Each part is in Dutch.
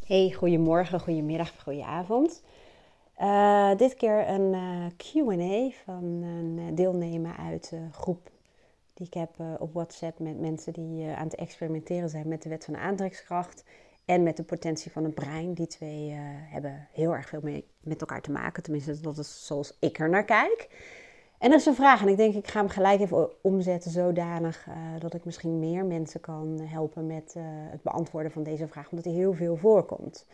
Hey, goedemorgen, goedemiddag, goedenavond. Dit keer een Q&A van een deelnemer uit de groep die ik heb op WhatsApp met mensen die aan het experimenteren zijn met de wet van de aantrekkingskracht en met de potentie van het brein. Die twee hebben heel erg veel mee met elkaar te maken, tenminste dat is zoals ik er naar kijk. En er is een vraag en ik denk ik ga hem gelijk even omzetten zodanig dat ik misschien meer mensen kan helpen met het beantwoorden van deze vraag, omdat die heel veel voorkomt.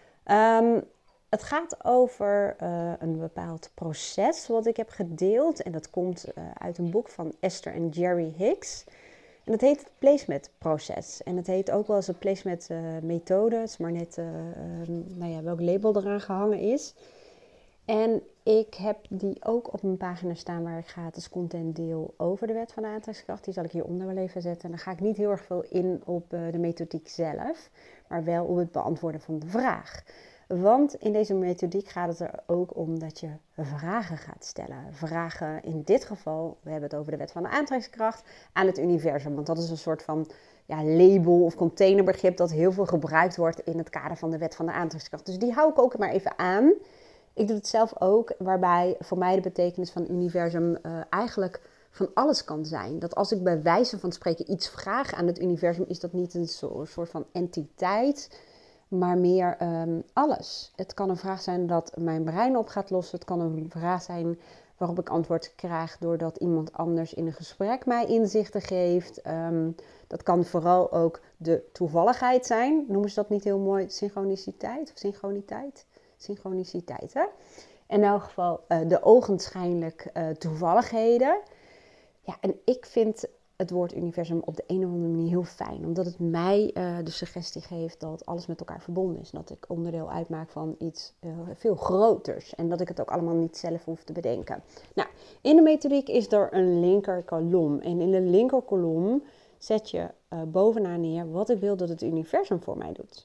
Het gaat over een bepaald proces wat ik heb gedeeld en dat komt uit een boek van Esther en Jerry Hicks. En dat heet het placement proces en het heet ook wel eens het placement methode. Het is maar net welk label eraan gehangen is. En ik heb die ook op een pagina staan waar ik gratis content deel over de wet van de aantrekkingskracht. Die zal ik hieronder wel even zetten. En dan ga ik niet heel erg veel in op de methodiek zelf, maar wel op het beantwoorden van de vraag. Want in deze methodiek gaat het er ook om dat je vragen gaat stellen. Vragen in dit geval, we hebben het over de wet van de aantrekkingskracht, aan het universum. Want dat is een soort van label of containerbegrip dat heel veel gebruikt wordt in het kader van de wet van de aantrekkingskracht. Dus die hou ik ook maar even aan. Ik doe het zelf ook, waarbij voor mij de betekenis van het universum eigenlijk van alles kan zijn. Dat als ik bij wijze van spreken iets vraag aan het universum, is dat niet een soort van entiteit, maar meer alles. Het kan een vraag zijn dat mijn brein op gaat lossen. Het kan een vraag zijn waarop ik antwoord krijg doordat iemand anders in een gesprek mij inzichten geeft. Dat kan vooral ook de toevalligheid zijn. Noemen ze dat niet heel mooi? Synchroniciteit of synchroniteit? Synchroniciteit, hè? In elk geval de ogenschijnlijk toevalligheden. Ja, en ik vind het woord universum op de een of andere manier heel fijn. Omdat het mij de suggestie geeft dat alles met elkaar verbonden is. En dat ik onderdeel uitmaak van iets veel groters. En dat ik het ook allemaal niet zelf hoef te bedenken. Nou, in de methodiek is er een linker kolom. En in de linker kolom zet je bovenaan neer wat ik wil dat het universum voor mij doet.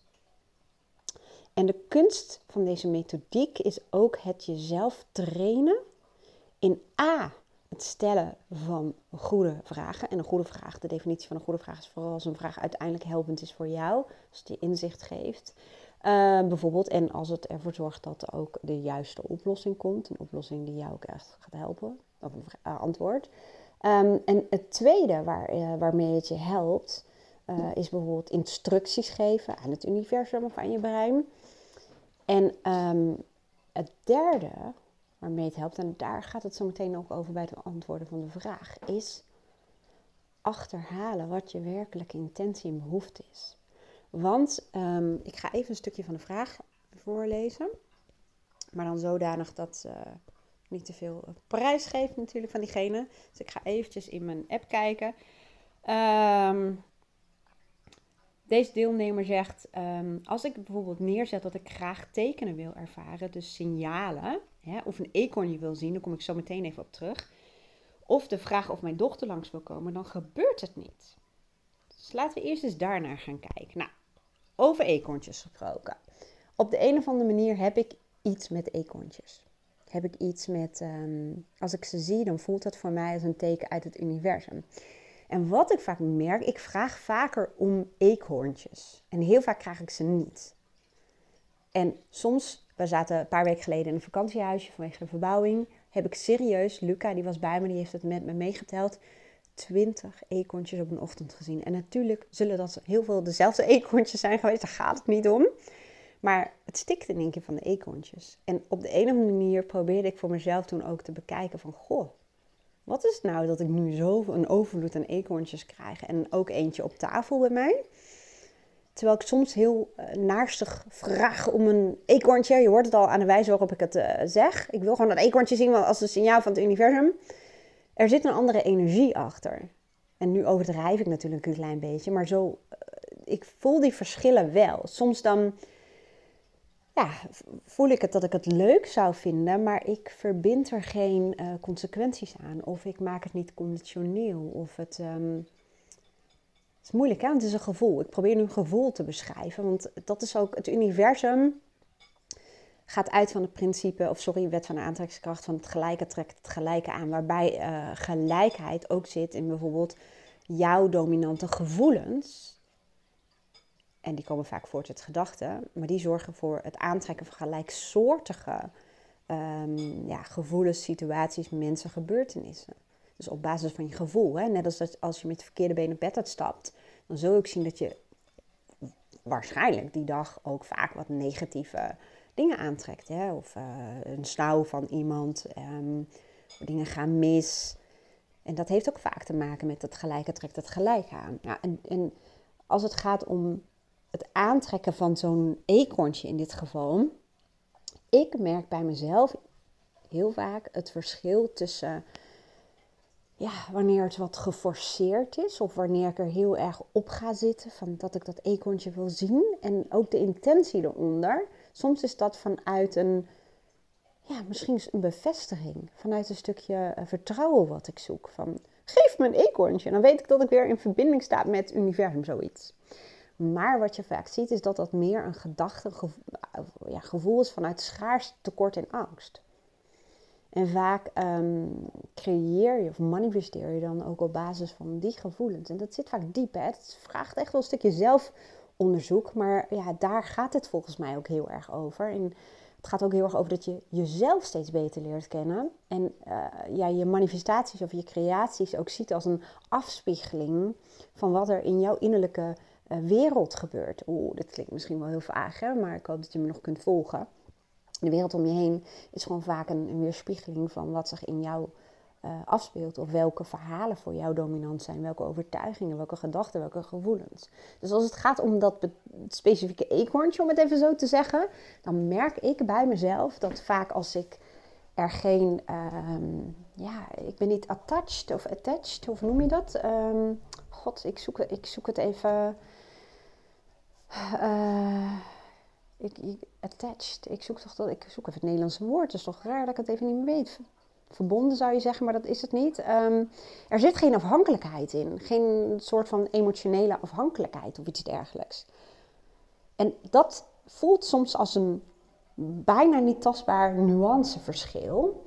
En de kunst van deze methodiek is ook het jezelf trainen in het stellen van goede vragen. En een goede vraag, de definitie van een goede vraag is vooral als een vraag uiteindelijk helpend is voor jou. Als het je inzicht geeft. Bijvoorbeeld, en als het ervoor zorgt dat er ook de juiste oplossing komt. Een oplossing die jou ook echt gaat helpen. Of een antwoord. En het tweede waarmee het je helpt, is bijvoorbeeld instructies geven aan het universum of aan je brein. En het derde waarmee het helpt, en daar gaat het zo meteen ook over bij het beantwoorden van de vraag, is achterhalen wat je werkelijke intentie en behoefte is. Want ik ga even een stukje van de vraag voorlezen, maar dan zodanig dat niet te veel prijs geeft natuurlijk van diegene. Dus ik ga eventjes in mijn app kijken. Deze deelnemer zegt, als ik bijvoorbeeld neerzet dat ik graag tekenen wil ervaren, dus signalen, of een eekhoornje wil zien, daar kom ik zo meteen even op terug, of de vraag of mijn dochter langs wil komen, dan gebeurt het niet. Dus laten we eerst eens daarnaar gaan kijken. Nou, over eekhoorntjes gesproken. Op de een of andere manier heb ik iets met eekhoorntjes. Heb ik iets met, als ik ze zie, dan voelt dat voor mij als een teken uit het universum. En wat ik vaak merk, ik vraag vaker om eekhoorntjes. En heel vaak krijg ik ze niet. En soms, we zaten een paar weken geleden in een vakantiehuisje vanwege de verbouwing. Heb ik serieus, Luca die was bij me, die heeft het met me meegeteld, 20 eekhoorntjes op een ochtend gezien. En natuurlijk zullen dat heel veel dezelfde eekhoorntjes zijn geweest, daar gaat het niet om. Maar het stikte in één keer van de eekhoorntjes. En op de een of andere manier probeerde ik voor mezelf toen ook te bekijken van, goh, wat is het nou dat ik nu zo een overvloed aan eekhoorntjes krijg en ook eentje op tafel bij mij? Terwijl ik soms heel naarstig vraag om een eekhoorntje. Je hoort het al aan de wijze waarop ik het zeg. Ik wil gewoon dat eekhoorntje zien als een signaal van het universum. Er zit een andere energie achter. En nu overdrijf ik natuurlijk een klein beetje, maar zo, ik voel die verschillen wel. Soms dan voel ik het dat ik het leuk zou vinden, maar ik verbind er geen consequenties aan. Of ik maak het niet conditioneel. Of het is moeilijk, hè? Want het is een gevoel. Ik probeer nu een gevoel te beschrijven. Want dat is ook, het universum gaat uit van het principe, wet van de aantrekkingskracht, van het gelijke trekt het gelijke aan. Waarbij gelijkheid ook zit in bijvoorbeeld jouw dominante gevoelens. En die komen vaak voort uit gedachten. Maar die zorgen voor het aantrekken van gelijksoortige gevoelens, situaties, mensen, gebeurtenissen. Dus op basis van je gevoel. Hè? Net als dat als je met de verkeerde been op bed uitstapt. Dan zul je ook zien dat je waarschijnlijk die dag ook vaak wat negatieve dingen aantrekt. Hè? Of een snauw van iemand. Dingen gaan mis. En dat heeft ook vaak te maken met het gelijke trekt het gelijk aan. Ja, en als het gaat om het aantrekken van zo'n eekhoorntje in dit geval. Ik merk bij mezelf heel vaak het verschil tussen wanneer het wat geforceerd is. Of wanneer ik er heel erg op ga zitten. Van dat ik dat eekhoorntje wil zien. En ook de intentie eronder. Soms is dat vanuit misschien een bevestiging. Vanuit een stukje vertrouwen wat ik zoek. Van, geef me een eekhoorntje. Dan weet ik dat ik weer in verbinding sta met het universum, zoiets. Maar wat je vaak ziet is dat dat meer een gedachte, gevoel is vanuit schaarste, tekort en angst. En vaak creëer je of manifesteer je dan ook op basis van die gevoelens. En dat zit vaak diep, hè. Het vraagt echt wel een stukje zelfonderzoek. Maar daar gaat het volgens mij ook heel erg over. En het gaat ook heel erg over dat je jezelf steeds beter leert kennen. En je manifestaties of je creaties ook ziet als een afspiegeling van wat er in jouw innerlijke wereld gebeurt. Dit klinkt misschien wel heel vaag, hè? Maar ik hoop dat je me nog kunt volgen. De wereld om je heen is gewoon vaak een weerspiegeling van wat zich in jou afspeelt. Of welke verhalen voor jou dominant zijn. Welke overtuigingen, welke gedachten, welke gevoelens. Dus als het gaat om dat specifieke eekhoorntje, om het even zo te zeggen. Dan merk ik bij mezelf dat vaak als ik er geen... ik ben niet attached, of noem je dat? Ik zoek het even... attached. Ik zoek even het Nederlandse woord. Het is toch raar dat ik het even niet meer weet. Verbonden zou je zeggen, maar dat is het niet. Er zit geen afhankelijkheid in. Geen soort van emotionele afhankelijkheid of iets dergelijks. En dat voelt soms als een bijna niet tastbaar nuanceverschil.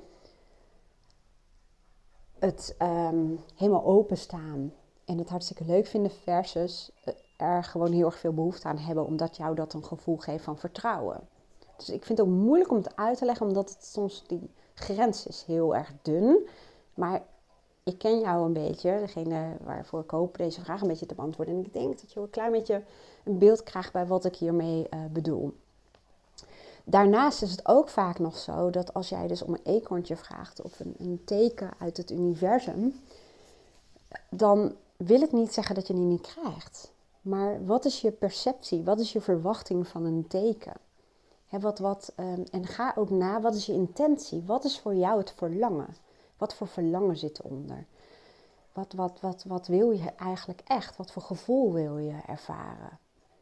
Het helemaal openstaan en het hartstikke leuk vinden versus er gewoon heel erg veel behoefte aan hebben, omdat jou dat een gevoel geeft van vertrouwen. Dus ik vind het ook moeilijk om het uit te leggen, omdat het soms die grens is heel erg dun. Maar ik ken jou een beetje, degene waarvoor ik hoop deze vraag een beetje te beantwoorden. En ik denk dat je een klein beetje een beeld krijgt bij wat ik hiermee bedoel. Daarnaast is het ook vaak nog zo dat als jij dus om een eekhoorntje vraagt of een teken uit het universum, dan wil het niet zeggen dat je die niet krijgt. Maar wat is je perceptie? Wat is je verwachting van een teken? En ga ook na, wat is je intentie? Wat is voor jou het verlangen? Wat voor verlangen zit eronder? Wat wil je eigenlijk echt? Wat voor gevoel wil je ervaren?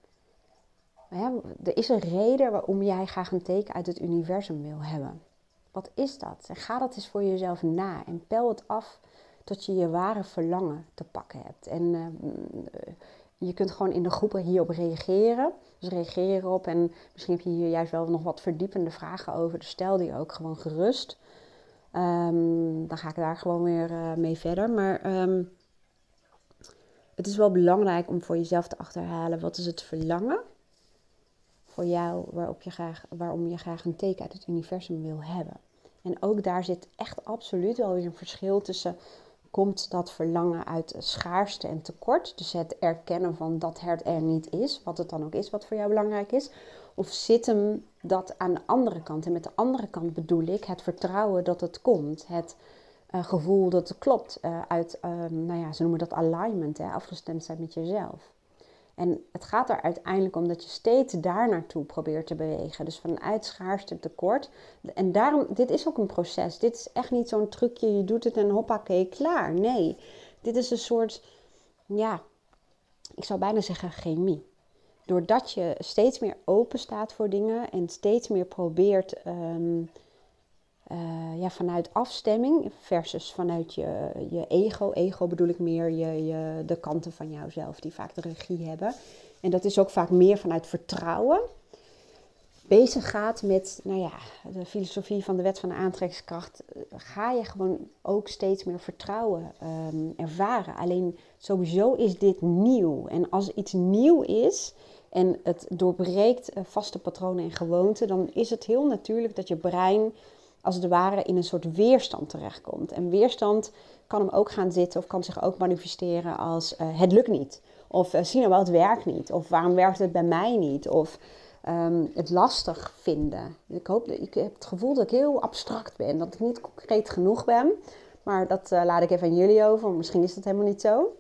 Er is een reden waarom jij graag een teken uit het universum wil hebben. Wat is dat? En ga dat eens voor jezelf na en pel het af tot je je ware verlangen te pakken hebt. En je kunt gewoon in de groepen hierop reageren. Dus reageer erop en misschien heb je hier juist wel nog wat verdiepende vragen over. Dus stel die ook gewoon gerust. Dan ga ik daar gewoon weer mee verder. Maar het is wel belangrijk om voor jezelf te achterhalen, wat is het verlangen voor jou waarom je graag een teken uit het universum wil hebben. En ook daar zit echt absoluut wel weer een verschil tussen, komt dat verlangen uit schaarste en tekort, dus het erkennen van dat het er niet is, wat het dan ook is wat voor jou belangrijk is, of zit hem dat aan de andere kant? En met de andere kant bedoel ik het vertrouwen dat het komt, het gevoel dat het klopt, ze noemen dat alignment, afgestemd zijn met jezelf. En het gaat er uiteindelijk om dat je steeds daar naartoe probeert te bewegen. Dus vanuit schaarste tekort. En daarom, dit is ook een proces. Dit is echt niet zo'n trucje, je doet het en hoppakee, klaar. Nee, dit is een soort, ik zou bijna zeggen chemie. Doordat je steeds meer open staat voor dingen en steeds meer probeert vanuit afstemming versus vanuit je ego. Ego bedoel ik meer de kanten van jouzelf die vaak de regie hebben. En dat is ook vaak meer vanuit vertrouwen. Bezig gaat met de filosofie van de wet van de aantrekkingskracht. Ga je gewoon ook steeds meer vertrouwen ervaren. Alleen sowieso is dit nieuw. En als iets nieuw is, en het doorbreekt vaste patronen en gewoonten, dan is het heel natuurlijk dat je brein als het ware in een soort weerstand terechtkomt. En weerstand kan hem ook gaan zitten of kan zich ook manifesteren als het lukt niet. Of zie nou wel, het werkt niet. Of waarom werkt het bij mij niet? Of het lastig vinden. Ik heb het gevoel dat ik heel abstract ben. Dat ik niet concreet genoeg ben. Maar dat laat ik even aan jullie over. Want misschien is dat helemaal niet zo.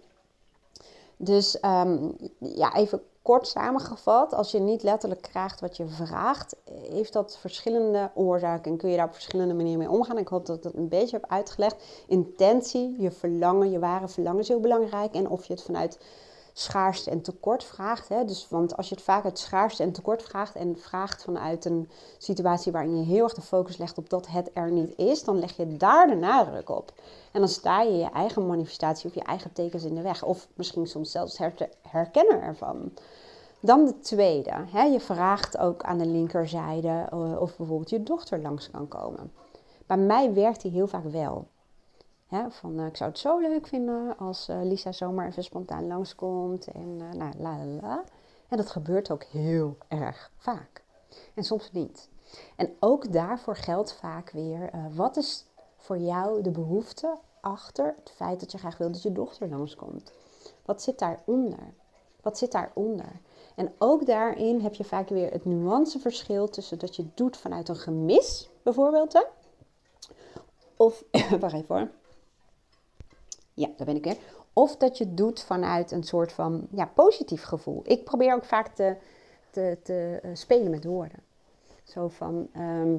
Dus even kort samengevat. Als je niet letterlijk krijgt wat je vraagt, heeft dat verschillende oorzaken. En kun je daar op verschillende manieren mee omgaan. Ik hoop dat ik dat een beetje heb uitgelegd. Intentie, je verlangen, je ware verlangen is heel belangrijk. En of je het vanuit schaarste en tekort vraagt. Hè? Dus, want als je het vaak uit schaarste en tekort vraagt en vraagt vanuit een situatie waarin je heel erg de focus legt op dat het er niet is, dan leg je daar de nadruk op. En dan sta je je eigen manifestatie of je eigen tekens in de weg. Of misschien soms zelfs herkennen ervan. Dan de tweede. Hè? Je vraagt ook aan de linkerzijde of bijvoorbeeld je dochter langs kan komen. Bij mij werkt die heel vaak wel. Ja, ik zou het zo leuk vinden als Lisa zomaar even spontaan langskomt. En En dat gebeurt ook heel erg vaak. En soms niet. En ook daarvoor geldt vaak weer, wat is voor jou de behoefte achter het feit dat je graag wil dat je dochter langskomt? Wat zit daaronder? Wat zit daaronder? En ook daarin heb je vaak weer het nuanceverschil tussen dat je het doet vanuit een gemis, bijvoorbeeld. Hè? Of, wacht even hoor. Ja, daar ben ik weer. Of dat je het doet vanuit een soort van positief gevoel. Ik probeer ook vaak te spelen met woorden. Zo van,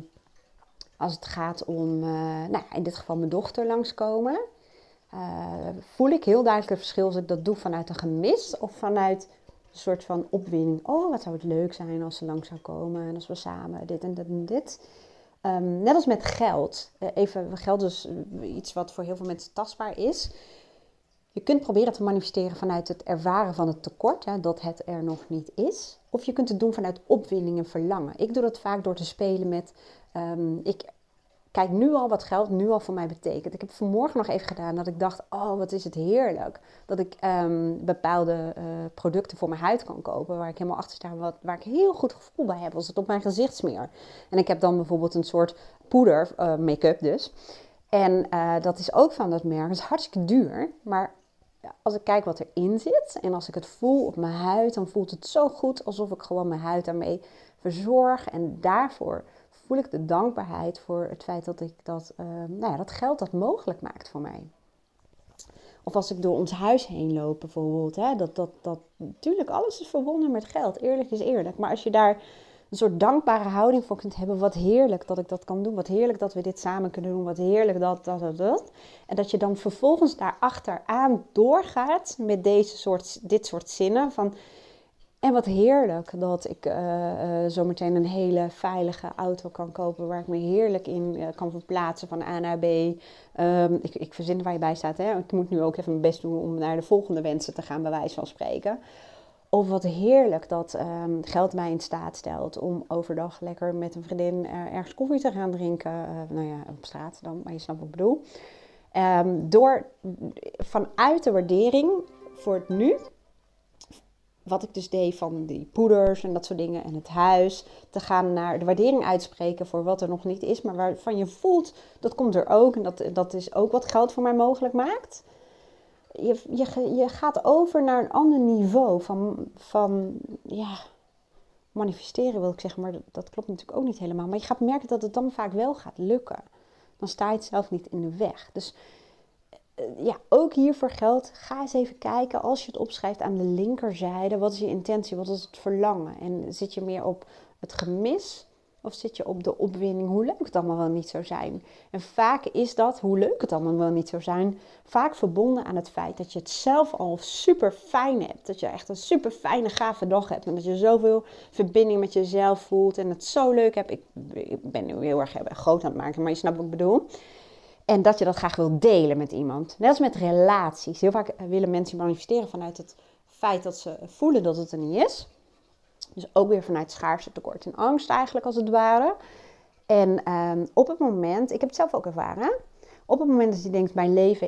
als het gaat om, in dit geval mijn dochter langskomen. Voel ik heel duidelijk het verschil als ik dat doe vanuit een gemis of vanuit een soort van opwinding. Oh, wat zou het leuk zijn als ze langs zou komen en als we samen dit en dat en dit. Net als met geld. Geld is iets wat voor heel veel mensen tastbaar is. Je kunt proberen te manifesteren vanuit het ervaren van het tekort, hè, dat het er nog niet is. Of je kunt het doen vanuit opwinding en verlangen. Ik doe dat vaak door te spelen met, ik kijk nu al wat geld nu al voor mij betekent. Ik heb vanmorgen nog even gedaan dat ik dacht, oh wat is het heerlijk. Dat ik bepaalde producten voor mijn huid kan kopen waar ik helemaal achter sta, waar ik heel goed gevoel bij heb als het op mijn gezicht smeer. En ik heb dan bijvoorbeeld een soort poeder, make-up dus. En dat is ook van dat merk. Het is hartstikke duur, maar als ik kijk wat erin zit en als ik het voel op mijn huid, dan voelt het zo goed alsof ik gewoon mijn huid daarmee verzorg. En daarvoor voel ik de dankbaarheid voor het feit dat ik dat geld dat mogelijk maakt voor mij. Of als ik door ons huis heen loop bijvoorbeeld. Hè, natuurlijk, alles is verbonden met geld. Eerlijk is eerlijk. Maar als je daar een soort dankbare houding voor kunt hebben. Wat heerlijk dat ik dat kan doen. Wat heerlijk dat we dit samen kunnen doen. Wat heerlijk dat. En dat je dan vervolgens daarachteraan doorgaat met dit soort zinnen van. En wat heerlijk dat ik zometeen een hele veilige auto kan kopen waar ik me heerlijk in kan verplaatsen van A naar B. Ik verzin waar je bij staat. Hè? Ik moet nu ook even mijn best doen om naar de volgende wensen te gaan, bij wijze van spreken. Of wat heerlijk dat geld mij in staat stelt om overdag lekker met een vriendin ergens koffie te gaan drinken. Op straat dan, maar je snapt wat ik bedoel. Vanuit de waardering voor het nu. Wat ik dus deed van die poeders en dat soort dingen en het huis. Te gaan naar de waardering uitspreken voor wat er nog niet is. Maar waarvan je voelt, dat komt er ook. En dat is ook wat geld voor mij mogelijk maakt. Je gaat over naar een ander niveau van manifesteren wil ik zeggen. Maar dat klopt natuurlijk ook niet helemaal. Maar je gaat merken dat het dan vaak wel gaat lukken. Dan sta je het zelf niet in de weg. Dus ook hiervoor geldt, ga eens even kijken als je het opschrijft aan de linkerzijde. Wat is je intentie? Wat is het verlangen? En zit je meer op het gemis of zit je op de opwinding hoe leuk het allemaal wel niet zou zijn? En vaak is dat, hoe leuk het allemaal wel niet zou zijn, vaak verbonden aan het feit dat je het zelf al super fijn hebt. Dat je echt een super fijne, gave dag hebt. En dat je zoveel verbinding met jezelf voelt en het zo leuk hebt. Ik ben nu heel erg groot aan het maken, maar je snapt wat ik bedoel. En dat je dat graag wil delen met iemand. Net als met relaties. Heel vaak willen mensen manifesteren vanuit het feit dat ze voelen dat het er niet is. Dus ook weer vanuit schaarste, tekort en angst eigenlijk als het ware. En op het moment, ik heb het zelf ook ervaren. Op het moment dat je denkt, mijn leven is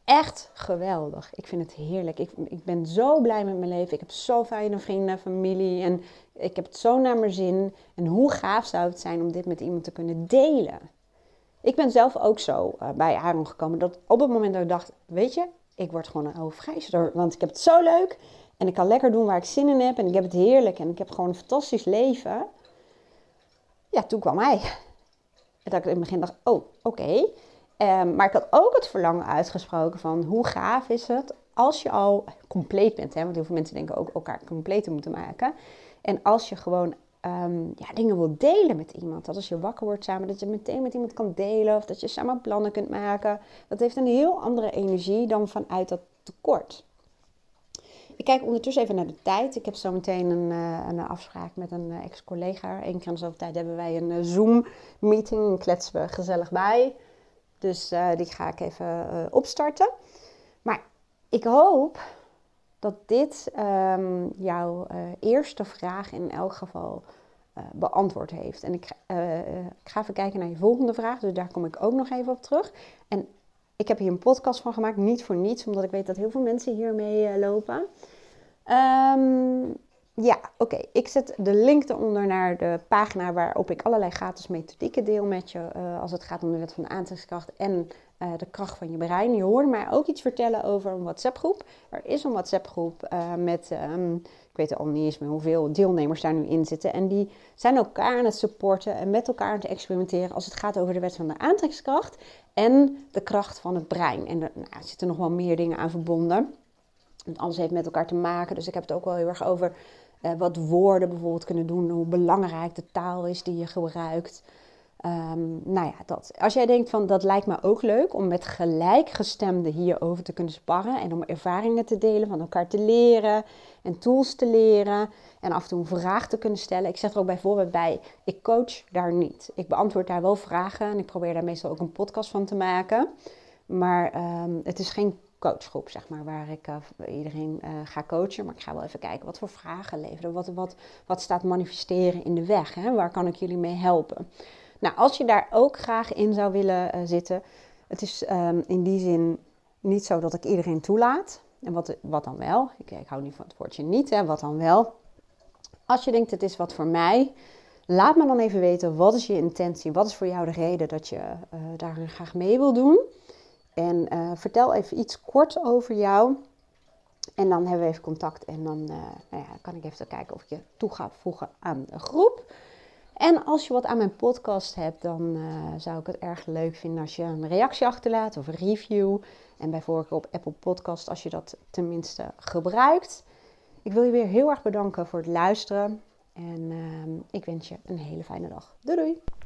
echt geweldig. Ik vind het heerlijk. Ik ben zo blij met mijn leven. Ik heb zo fijne vrienden, familie en ik heb het zo naar mijn zin. En hoe gaaf zou het zijn om dit met iemand te kunnen delen? Ik ben zelf ook zo bij Aaron gekomen dat op het moment dat ik dacht, weet je, ik word gewoon een oude vrijster, want ik heb het zo leuk en ik kan lekker doen waar ik zin in heb en ik heb het heerlijk en ik heb gewoon een fantastisch leven. Ja, toen kwam hij. En dat ik in het begin dacht, oh, oké. Maar ik had ook het verlangen uitgesproken van hoe gaaf is het als je al compleet bent. Hè? Want heel veel mensen denken ook elkaar compleet te moeten maken. En als je gewoon dingen wilt delen met iemand. Dat als je wakker wordt samen, dat je meteen met iemand kan delen. Of dat je samen plannen kunt maken. Dat heeft een heel andere energie dan vanuit dat tekort. Ik kijk ondertussen even naar de tijd. Ik heb zo meteen een afspraak met een ex-collega. Eén keer in de zoveel tijd hebben wij een Zoom-meeting. En kletsen we gezellig bij. Dus die ga ik even opstarten. Maar ik hoop dat dit jouw eerste vraag in elk geval beantwoord heeft. En ik ga even kijken naar je volgende vraag. Dus daar kom ik ook nog even op terug. En ik heb hier een podcast van gemaakt. Niet voor niets, omdat ik weet dat heel veel mensen hiermee lopen. Oké. Ik zet de link eronder naar de pagina waarop ik allerlei gratis methodieken deel met je. Als het gaat om de wet van de aantrekkingskracht en de kracht van je brein. Je hoorde mij ook iets vertellen over een WhatsApp-groep. Er is een WhatsApp-groep met, ik weet al niet eens meer hoeveel deelnemers daar nu in zitten. En die zijn elkaar aan het supporten en met elkaar aan het experimenteren als het gaat over de wet van de aantrekkingskracht en de kracht van het brein. En er zitten nog wel meer dingen aan verbonden. Want alles heeft met elkaar te maken. Dus ik heb het ook wel heel erg over wat woorden bijvoorbeeld kunnen doen. Hoe belangrijk de taal is die je gebruikt. Dat. Als jij denkt van dat lijkt me ook leuk om met gelijkgestemden hierover te kunnen sparren. En om ervaringen te delen, van elkaar te leren. En tools te leren. En af en toe een vraag te kunnen stellen. Ik zeg er ook bijvoorbeeld bij, ik coach daar niet. Ik beantwoord daar wel vragen. En ik probeer daar meestal ook een podcast van te maken. Maar het is geen coachgroep, zeg maar, waar ik iedereen ga coachen. Maar ik ga wel even kijken wat voor vragen leveren. Wat staat manifesteren in de weg? Hè? Waar kan ik jullie mee helpen? Nou, als je daar ook graag in zou willen zitten. Het is in die zin niet zo dat ik iedereen toelaat. En wat dan wel? Ik hou niet van het woordje niet, hè? Wat dan wel? Als je denkt, het is wat voor mij. Laat me dan even weten, wat is je intentie? Wat is voor jou de reden dat je daar graag mee wil doen? En vertel even iets kort over jou. En dan hebben we even contact. En dan kan ik even kijken of ik je toe ga voegen aan de groep. En als je wat aan mijn podcast hebt, dan zou ik het erg leuk vinden als je een reactie achterlaat of een review. En bij voorkeur op Apple Podcast als je dat tenminste gebruikt. Ik wil je weer heel erg bedanken voor het luisteren. En ik wens je een hele fijne dag. Doei doei!